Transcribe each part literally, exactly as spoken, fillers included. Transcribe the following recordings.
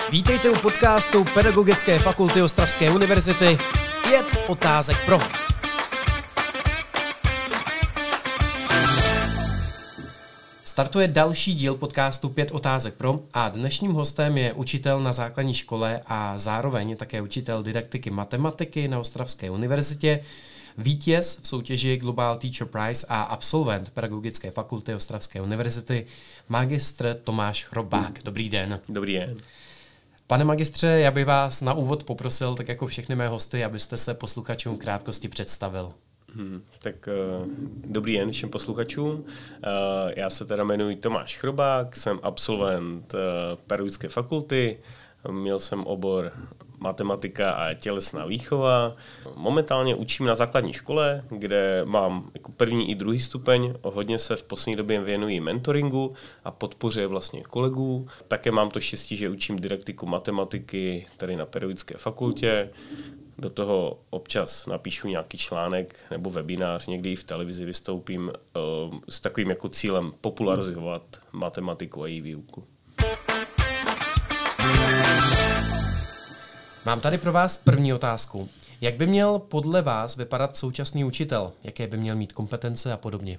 Vítejte u podcastu Pedagogické fakulty Ostravské univerzity Pět otázek pro. Startuje další díl podcastu Pět otázek pro a dnešním hostem je učitel na základní škole a zároveň také učitel didaktiky matematiky na Ostravské univerzitě, vítěz v soutěži Global Teacher Prize a absolvent Pedagogické fakulty Ostravské univerzity, magistr Tomáš Chrobák. Dobrý den. Dobrý den. Pane magistře, já bych vás na úvod poprosil, tak jako všechny mé hosty, abyste se posluchačům krátkosti představil. Hmm, tak uh, dobrý den všem posluchačům. Uh, já se teda jmenuji Tomáš Chrobák, jsem absolvent uh, Pedagogické fakulty, měl jsem obor matematika a tělesná výchova. Momentálně učím na základní škole, kde mám jako první i druhý stupeň. Hodně se v poslední době věnuji mentoringu a podpoře vlastně kolegů. Také mám to štěstí, že učím didaktiku matematiky tady na Pedagogické fakultě. Do toho občas napíšu nějaký článek nebo webinář, někdy i v televizi vystoupím uh, s takovým jako cílem popularizovat matematiku a její výuku. Mám tady pro vás první otázku. Jak by měl podle vás vypadat současný učitel? Jaké by měl mít kompetence a podobně?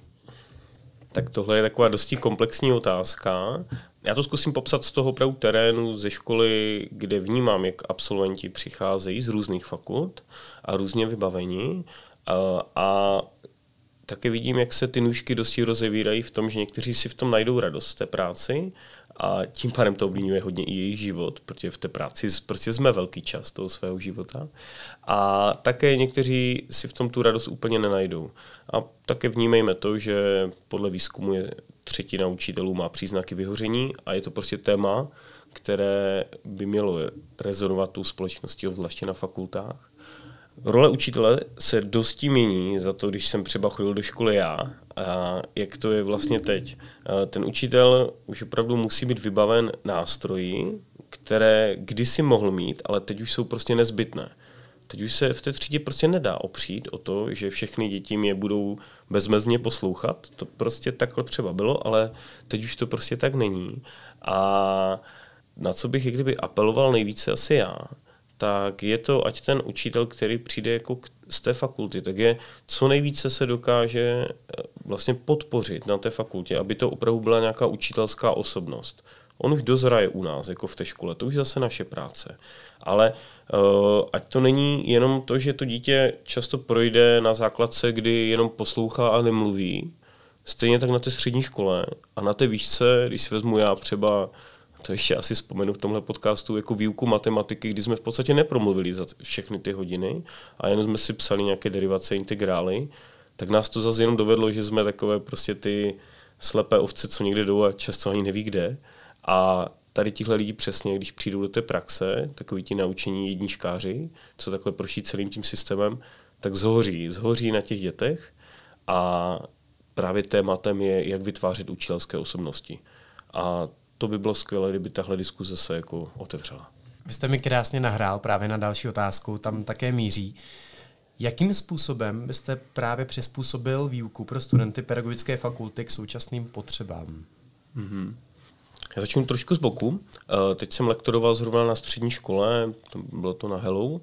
Tak tohle je taková dosti komplexní otázka. Já to zkusím popsat z toho opravdu terénu, ze školy, kde vnímám, jak absolventi přicházejí z různých fakult a různě vybavení. A, a také vidím, jak se ty nůžky dosti rozevírají v tom, že někteří si v tom najdou radost v té práci a tím pádem to ovlivňuje hodně i jejich život, protože v té práci prostě jsme velký čas toho svého života. A také někteří si v tom tu radost úplně nenajdou. A také vnímejme to, že podle výzkumu je třetina učitelů má příznaky vyhoření a je to prostě téma, které by mělo rezonovat tou společností, obzvláště na fakultách. Role učitele se dosti mění za to, když jsem třeba chodil do školy já, a jak to je vlastně teď. Ten učitel už opravdu musí být vybaven nástroji, které kdysi mohl mít, ale teď už jsou prostě nezbytné. Teď už se v té třídě prostě nedá opřít o to, že všechny děti mě budou bezmezně poslouchat. To prostě takhle třeba bylo, ale teď už to prostě tak není. A na co bych kdyby apeloval nejvíce asi já, tak je to, ať ten učitel, který přijde jako z té fakulty, tak je co nejvíce se dokáže vlastně podpořit na té fakultě, aby to opravdu byla nějaká učitelská osobnost. On už dozraje u nás, jako v té škole, to už zase naše práce. Ale uh, ať to není jenom to, že to dítě často projde na základce, kdy jenom poslouchá a nemluví, stejně tak na té střední škole a na té výšce, když si vezmu já třeba, to ještě asi vzpomenu v tomhle podcastu, jako výuku matematiky, kdy jsme v podstatě nepromluvili za všechny ty hodiny a jenom jsme si psali nějaké derivace, integrály, tak nás to zase jenom dovedlo, že jsme takové prostě ty slepé ovce, co někde jdou a často ani neví kde. A tady tihle lidi přesně, když přijdou do té praxe, takový ti naučení jedničkáři, co takhle proší celým tím systémem, tak zhoří, zhoří na těch dětech a právě tématem je, jak vytvářet učitelské osobnosti. A to by bylo skvělé, kdyby tahle diskuze se jako otevřela. Vy jste mi krásně nahrál právě na další otázku, tam také míří. Jakým způsobem byste právě přizpůsobil výuku pro studenty pedagogické fakulty k současným potřebám? Mm-hmm. Já začnu trošku z boku. Teď jsem lektoroval zrovna na střední škole, bylo to na Hello,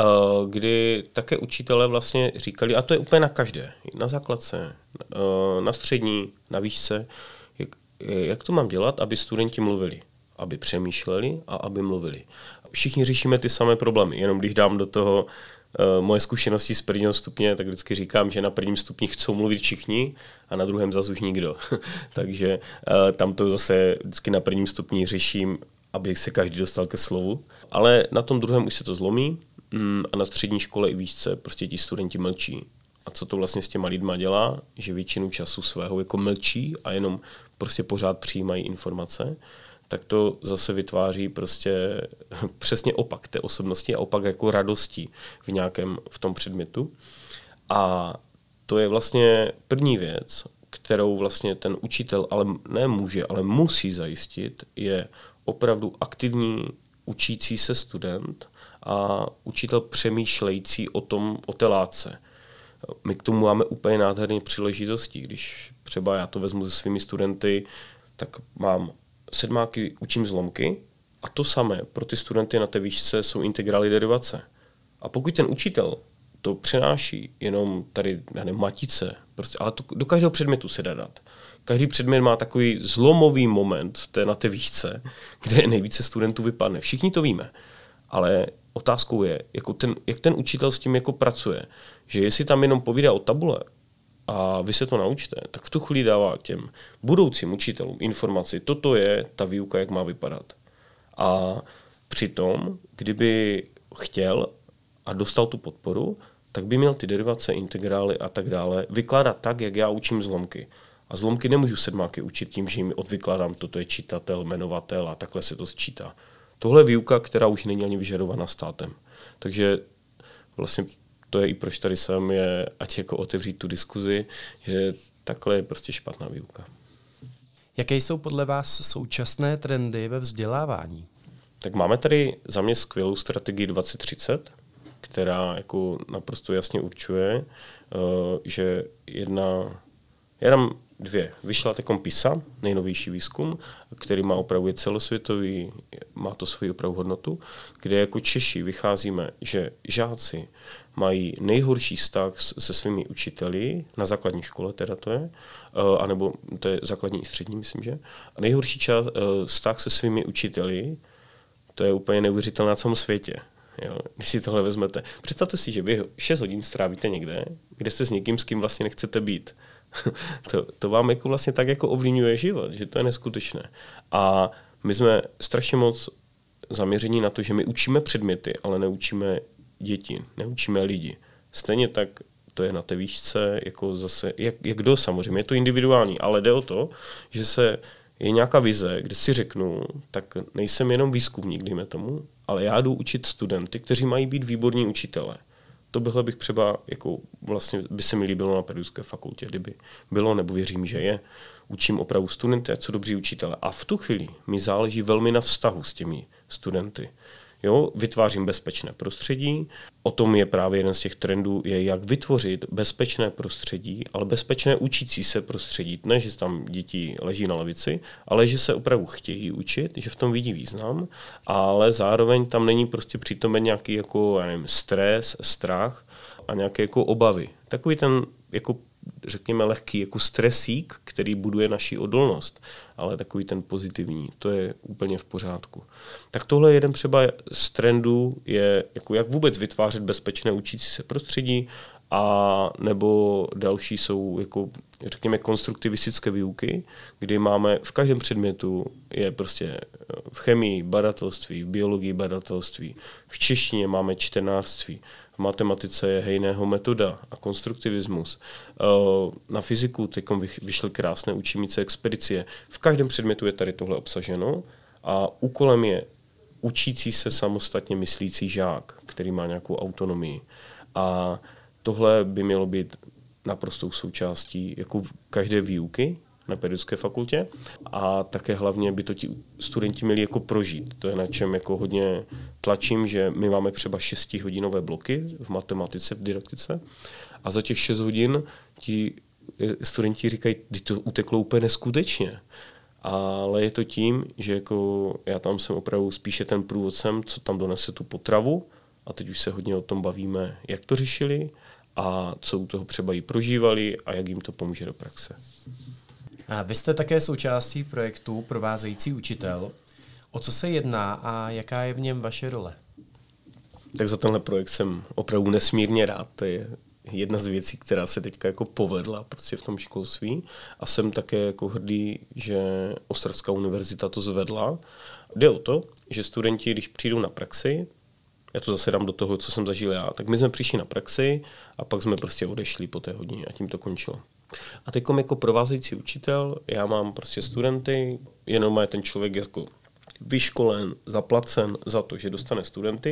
kdy také učitelé vlastně říkali, a to je úplně na každé, na základce, na střední, na výšce, jak, jak to mám dělat, aby studenti mluvili, aby přemýšleli a aby mluvili. Všichni řešíme ty samé problémy, jenom když dám do toho Uh, moje zkušenosti z prvního stupně, tak vždycky říkám, že na prvním stupni chcou mluvit všichni a na druhém zase už nikdo. Takže uh, tam to zase vždycky na prvním stupni řeším, aby se každý dostal ke slovu. Ale na tom druhém už se to zlomí mm, a na střední škole i výšce prostě ti studenti mlčí. A co to vlastně s těma lidma dělá? Že většinu času svého jako mlčí a jenom prostě pořád přijímají informace. Tak to zase vytváří prostě přesně opak té osobnosti a opak jako radosti v nějakém v tom předmětu. A to je vlastně první věc, kterou vlastně ten učitel ale ne může, ale musí zajistit, je opravdu aktivní učící se student a učitel přemýšlející o tom, o té látce. My k tomu máme úplně nádherné příležitosti. Když třeba já to vezmu se svými studenty, tak mám sedmáky, učím zlomky A to samé pro ty studenty na té výšce jsou integrály derivace. A pokud ten učitel to přenáší jenom tady, já nevím, matice, prostě, ale to, do každého předmětu se dá dát. Každý předmět má takový zlomový moment v té, na té výšce, kde nejvíce studentů vypadne. Všichni to víme. Ale otázkou je, jako ten, jak ten učitel s tím jako pracuje. Že jestli tam jenom povídá o tabule a vy se to naučte, tak v tu chvíli dává těm budoucím učitelům informaci, toto je ta výuka, jak má vypadat. A přitom, kdyby chtěl a dostal tu podporu, tak by měl ty derivace, integrály a tak dále vykládat tak, jak já učím zlomky. A zlomky nemůžu sedmáky učit tím, že jim odvykládám, toto je čitatel, jmenovatel a takhle se to sčítá. Tohle je výuka, která už není ani vyžadovaná státem. Takže vlastně to je i proč tady jsem, je, ať jako otevřít tu diskuzi, že takhle je prostě špatná výuka. Jaké jsou podle vás současné trendy ve vzdělávání? Tak máme tady za mě skvělou strategii dvacet třicet, která jako naprosto jasně určuje, že jedna, já dám dvě. Vyšla takom PISA, nejnovější výzkum, který má opravdu celosvětový, má to svoji opravdu hodnotu, kde jako Češi vycházíme, že žáci mají nejhorší vztah se svými učiteli, na základní škole teda to je, anebo to je základní i střední, myslím, že. A nejhorší čas, vztah se svými učiteli, to je úplně neuvěřitelné na celém světě. Jo, když si tohle vezmete. Představte si, že vy šest hodin strávíte někde, kde jste s někým, s kým vlastně nechcete být. to, to vám jako vlastně tak jako ovlivňuje život, že to je neskutečné. A my jsme strašně moc zaměření na to, že my učíme předměty, ale neučíme děti, neučíme lidi. Stejně tak to je na té výšce, jako zase, jak, jak kdo samozřejmě, je to individuální, ale jde o to, že se je nějaká vize, kde si řeknu, tak nejsem jenom výzkumník, dejme tomu, ale já jdu učit studenty, kteří mají být výborní učitelé. To byhle bych třeba, jako vlastně by se mi líbilo na pedagogické fakultě, kdyby bylo, nebo věřím, že je. Učím opravdu studenty, ať jsou dobří učitelé. A v tu chvíli mi záleží velmi na vztahu s těmi studenty. Jo, vytvářím bezpečné prostředí. O tom je právě jeden z těch trendů, je jak vytvořit bezpečné prostředí, ale bezpečné učící se prostředí. Ne, že tam děti leží na lavici, ale že se opravdu chtějí učit, že v tom vidí význam, ale zároveň tam není prostě přítomen nějaký jako, já nevím, stres, strach a nějaké jako obavy. Takový ten jako řekněme lehký jako stresík, který buduje naši odolnost, ale takový ten pozitivní, to je úplně v pořádku. Tak tohle jeden třeba z trendů je, jako jak vůbec vytvářet bezpečné učící se prostředí, a nebo další jsou jako, řekněme, konstruktivistické výuky, kdy máme v každém předmětu je prostě v chemii badatelství, v biologii badatelství, v češtině máme čtenářství, v matematice je Hejného metoda a konstruktivismus. Na fyziku teď vyšly krásné učímice expedicie. V každém předmětu je tady tohle obsaženo a úkolem je učící se samostatně myslící žák, který má nějakou autonomii. A tohle by mělo být naprostou součástí jako každé výuky na pedagogické fakultě a také hlavně by to ti studenti měli jako prožít. To je na čem jako hodně tlačím, že my máme třeba šestihodinové bloky v matematice, v didaktice a za těch šest hodin ti studenti říkají, že to uteklo úplně neskutečně. Ale je to tím, že jako já tam jsem opravdu spíše ten průvodcem, co tam donese tu potravu a teď už se hodně o tom bavíme, jak to řešili a co u toho třeba i prožívali a jak jim to pomůže do praxe. A vy jste také součástí projektu Provázející učitel. O co se jedná a jaká je v něm vaše role? Tak za tenhle projekt jsem opravdu nesmírně rád. To je jedna z věcí, která se teďka jako povedla prostě v tom školství a jsem také jako hrdý, že Ostravská univerzita to zvedla. Jde o to, že studenti, když přijdou na praxi, já to zase dám do toho, co jsem zažil já, tak my jsme přišli na praxi a pak jsme prostě odešli po té hodině a tím to končilo. A teď jako provázející učitel, já mám prostě studenty, jenom je ten člověk jako vyškolen, zaplacen za to, že dostane studenty,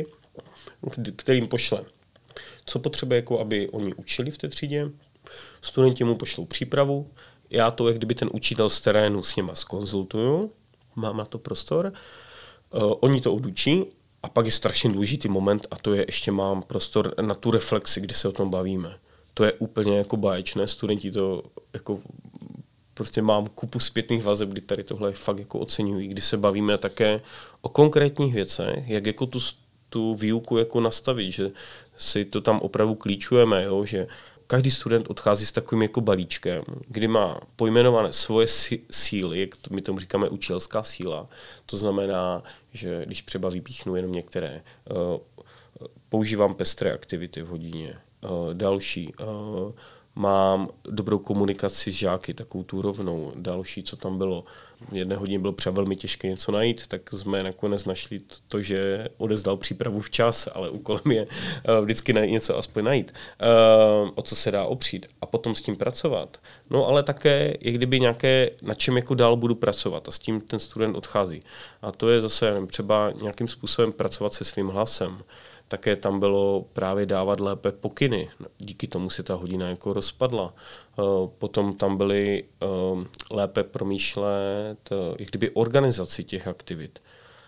kterým pošle, co potřebuje, jako aby oni učili v té třídě, studenti mu pošlou přípravu, já to, jak kdyby ten učitel z terénu s něma zkonzultuju, mám na to prostor, uh, oni to odučí a pak je strašně důležitý moment a to je, ještě mám prostor na tu reflexi, kdy se o tom bavíme. To je úplně jako báječné, studenti to jako prostě mám kupu zpětných vazeb, kdy tady tohle fakt jako oceňují, kdy se bavíme také o konkrétních věcech, jak jako tu, tu výuku jako nastavit, že si to tam opravdu klíčujeme, jo? Že každý student odchází s takovým jako balíčkem, kdy má pojmenované svoje síly, jak to, my tomu říkáme učitelská síla. To znamená, že když třeba vypíchnu jenom některé, uh, používám pestré aktivity v hodině, uh, další, uh, mám dobrou komunikaci s žáky, takovou tu rovnou. Další, co tam bylo, v jedné hodině bylo třeba velmi těžké něco najít, tak jsme nakonec našli to, že odezdal přípravu včas, ale úkolem je uh, vždycky najít něco aspoň najít, uh, o co se dá opřít a potom s tím pracovat. No ale také je kdyby nějaké, na čem jako dál budu pracovat a s tím ten student odchází. A to je zase nevím, třeba nějakým způsobem pracovat se svým hlasem. Také tam bylo právě dávat lépe pokyny. Díky tomu se ta hodina jako rozpadla. Potom tam byly lépe promýšlet jak kdyby organizaci těch aktivit.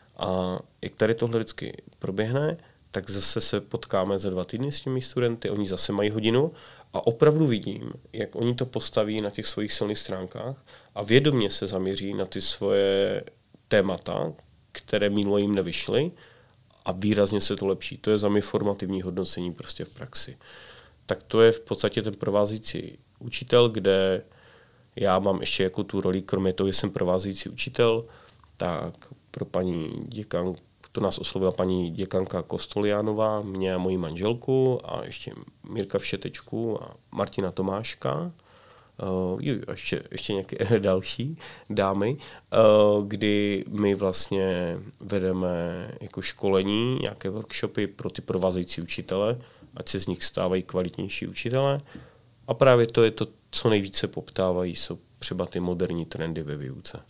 A jak tady tohle vždycky proběhne, tak zase se potkáme za dva týdny s těmi studenty, oni zase mají hodinu a opravdu vidím, jak oni to postaví na těch svých silných stránkách a vědomě se zaměří na ty svoje témata, které minule jim nevyšly, a výrazně se to lepší. To je za mě formativní hodnocení prostě v praxi. Tak to je v podstatě ten provázející učitel, kde já mám ještě jako tu roli, kromě toho, že jsem provázející učitel, tak pro paní děkan, to nás oslovila paní děkanka Kostoliánová, mě a moji manželku a ještě Mirka Všetečku a Martina Tomáška, Uh, ještě, ještě nějaké další dámy, uh, kdy my vlastně vedeme jako školení, nějaké workshopy pro ty provázející učitele, ať se z nich stávají kvalitnější učitele. A právě to je to, co nejvíce poptávají, jsou třeba ty moderní trendy ve výuce.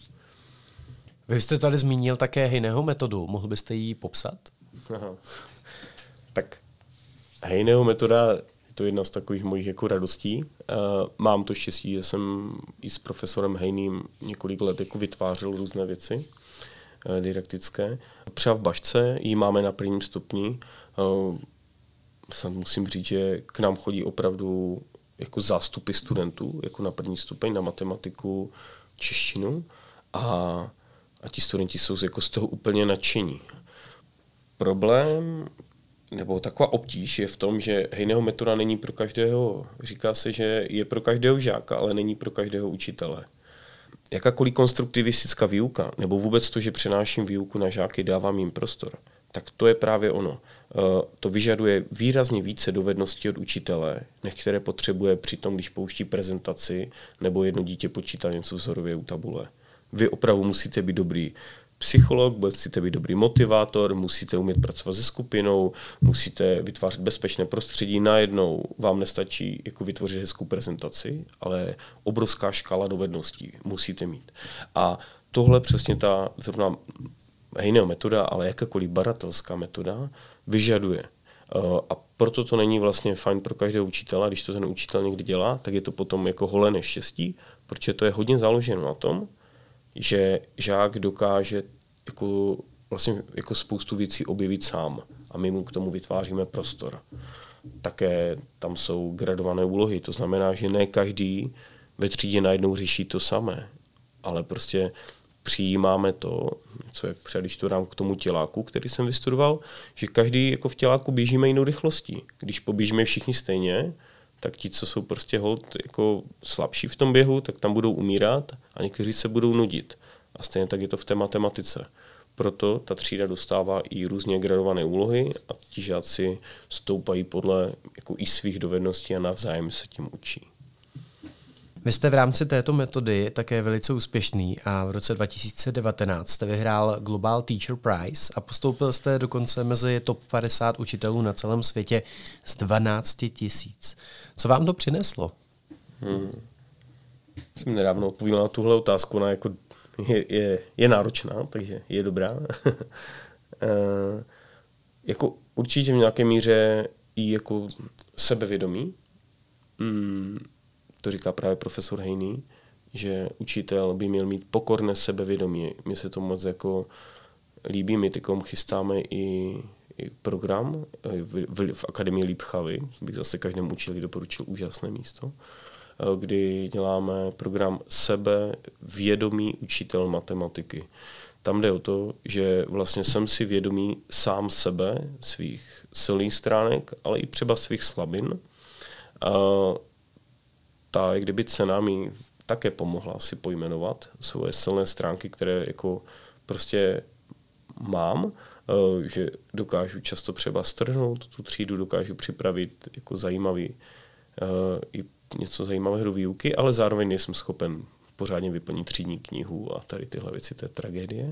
Vy jste tady zmínil také Heineho metodu, mohl byste ji popsat? Aha. Tak Heineho metoda to je jedna z takových mojich jako radostí. Uh, mám to štěstí, že jsem i s profesorem Heinym několik let jako vytvářel různé věci uh, didaktické. Třeba v Bašce ji máme na prvním stupni. Uh, sam musím říct, že k nám chodí opravdu jako zástupy studentů, jako na první stupeň, na matematiku, češtinu a, a ti studenti jsou jako z toho úplně nadšení. Problém nebo taková obtíž je v tom, že Heineho metoda není pro každého, říká se, že je pro každého žáka, ale není pro každého učitele. Jakákoliv konstruktivistická výuka, nebo vůbec to, že přenáším výuku na žáky, dávám jim prostor, tak to je právě ono. To vyžaduje výrazně více dovedností od učitele, než které potřebuje při tom, když pouští prezentaci, nebo jedno dítě počítá něco vzorově u tabule. Vy opravdu musíte být dobrý psycholog, musíte být dobrý motivátor, musíte umět pracovat se skupinou, musíte vytvářet bezpečné prostředí. Najednou vám nestačí jako vytvořit hezkou prezentaci, ale obrovská škála dovedností musíte mít. A tohle přesně ta zrovna Heineho metoda, ale jakákoliv baratelská metoda vyžaduje. A proto to není vlastně fajn pro každého učitele. Když to ten učitel někdy dělá, tak je to potom jako holé neštěstí, protože to je hodně založeno na tom, že žák dokáže jako, vlastně jako spoustu věcí objevit sám a my mu k tomu vytváříme prostor. Také tam jsou gradované úlohy, to znamená, že ne každý ve třídě najednou řeší to samé, ale prostě přijímáme to, co jak třeba, když to dám k tomu těláku, který jsem vystudoval, že každý jako v těláku běžíme jinou rychlostí. Když poběžíme všichni stejně, tak ti, co jsou prostě hold jako slabší v tom běhu, tak tam budou umírat a někteří se budou nudit. A stejně tak je to v té matematice. Proto ta třída dostává i různě gradované úlohy a ti žáci stoupají podle jako i svých dovedností a navzájem se tím učí. Vy jste v rámci této metody také velice úspěšný a v roce dva tisíce devatenáct jste vyhrál Global Teacher Prize a postoupil jste dokonce mezi top padesát učitelů na celém světě z dvanáct tisíc. Co vám to přineslo? Hmm. Jsem nedávno odpověděl na tuhle otázku, ona jako je, je, je náročná, takže je dobrá. uh, jako určitě v nějaké míře i jako sebevědomí. Hmm. To říká právě profesor Heiny, že učitel by měl mít pokorné sebevědomí. Mně se to moc jako líbí, my tykom chystáme i, i program v, v, v Akademii Lípchavy, bych zase každému učili doporučil úžasné místo, kdy děláme program Sebevědomý učitel matematiky. Tam jde o to, že vlastně jsem si vědomý sám sebe, svých silných stránek, ale i třeba svých slabin. A ta, jak kdyby cena mi také pomohla si pojmenovat svoje silné stránky, které jako prostě mám, že dokážu často třeba strhnout tu třídu, dokážu připravit jako zajímavý i něco zajímavého do výuky, ale zároveň nejsem schopen pořádně vyplnit třídní knihu a tady tyhle věci, to je tragédie.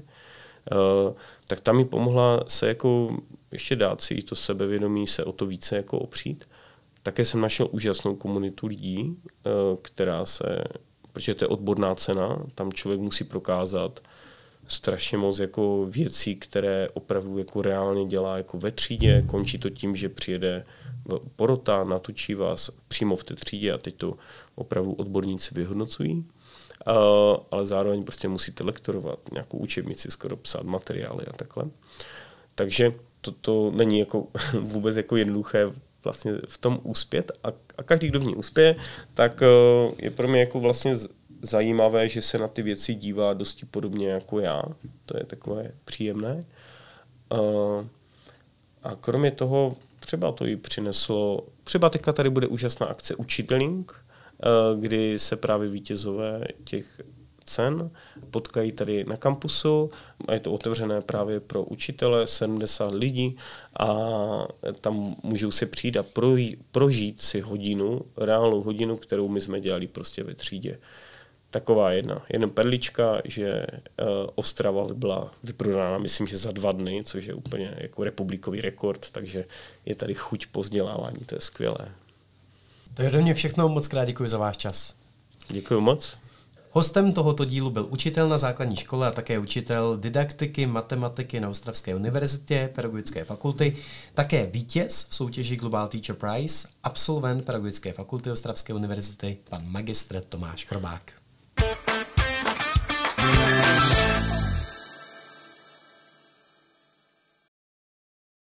Tak tam mi pomohla se jako ještě dát si to sebevědomí, se o to více jako opřít. Také jsem našel úžasnou komunitu lidí, která se, protože to je odborná cena, tam člověk musí prokázat strašně moc jako věcí, které opravdu jako reálně dělá jako ve třídě. Končí to tím, že přijede porota, natočí vás přímo v té třídě a teď to opravdu odborníci vyhodnocují. Uh, ale zároveň prostě musíte lektorovat, nějakou učebnici, skoro psát materiály a takhle. Takže to, to není jako vůbec jako jednoduché vlastně v tom uspět a, a každý, kdo v ní uspěje, tak uh, je pro mě jako vlastně z, zajímavé, že se na ty věci dívá dosti podobně jako já. To je takové příjemné. Uh, a kromě toho třeba to jí přineslo, třeba teďka tady bude úžasná akce Učitelink, kdy se právě vítězové těch cen potkají tady na kampusu a je to otevřené právě pro učitele, sedmdesát lidí a tam můžou se přijít a prožít si hodinu, reálnou hodinu, kterou my jsme dělali prostě ve třídě. Taková jedna, jedna perlička, že Ostrava byla vyprodána, myslím, že za dva dny, což je úplně jako republikový rekord, takže je tady chuť po vzdělávání, to je skvělé. To je ode mě všechno, moc krát děkuji za váš čas. Děkuji moc. Hostem tohoto dílu byl učitel na základní škole a také učitel didaktiky, matematiky na Ostravské univerzitě, pedagogické fakulty, také vítěz v soutěži Global Teacher Prize, absolvent pedagogické fakulty Ostravské univerzity, pan magistr Tomáš Chrobák.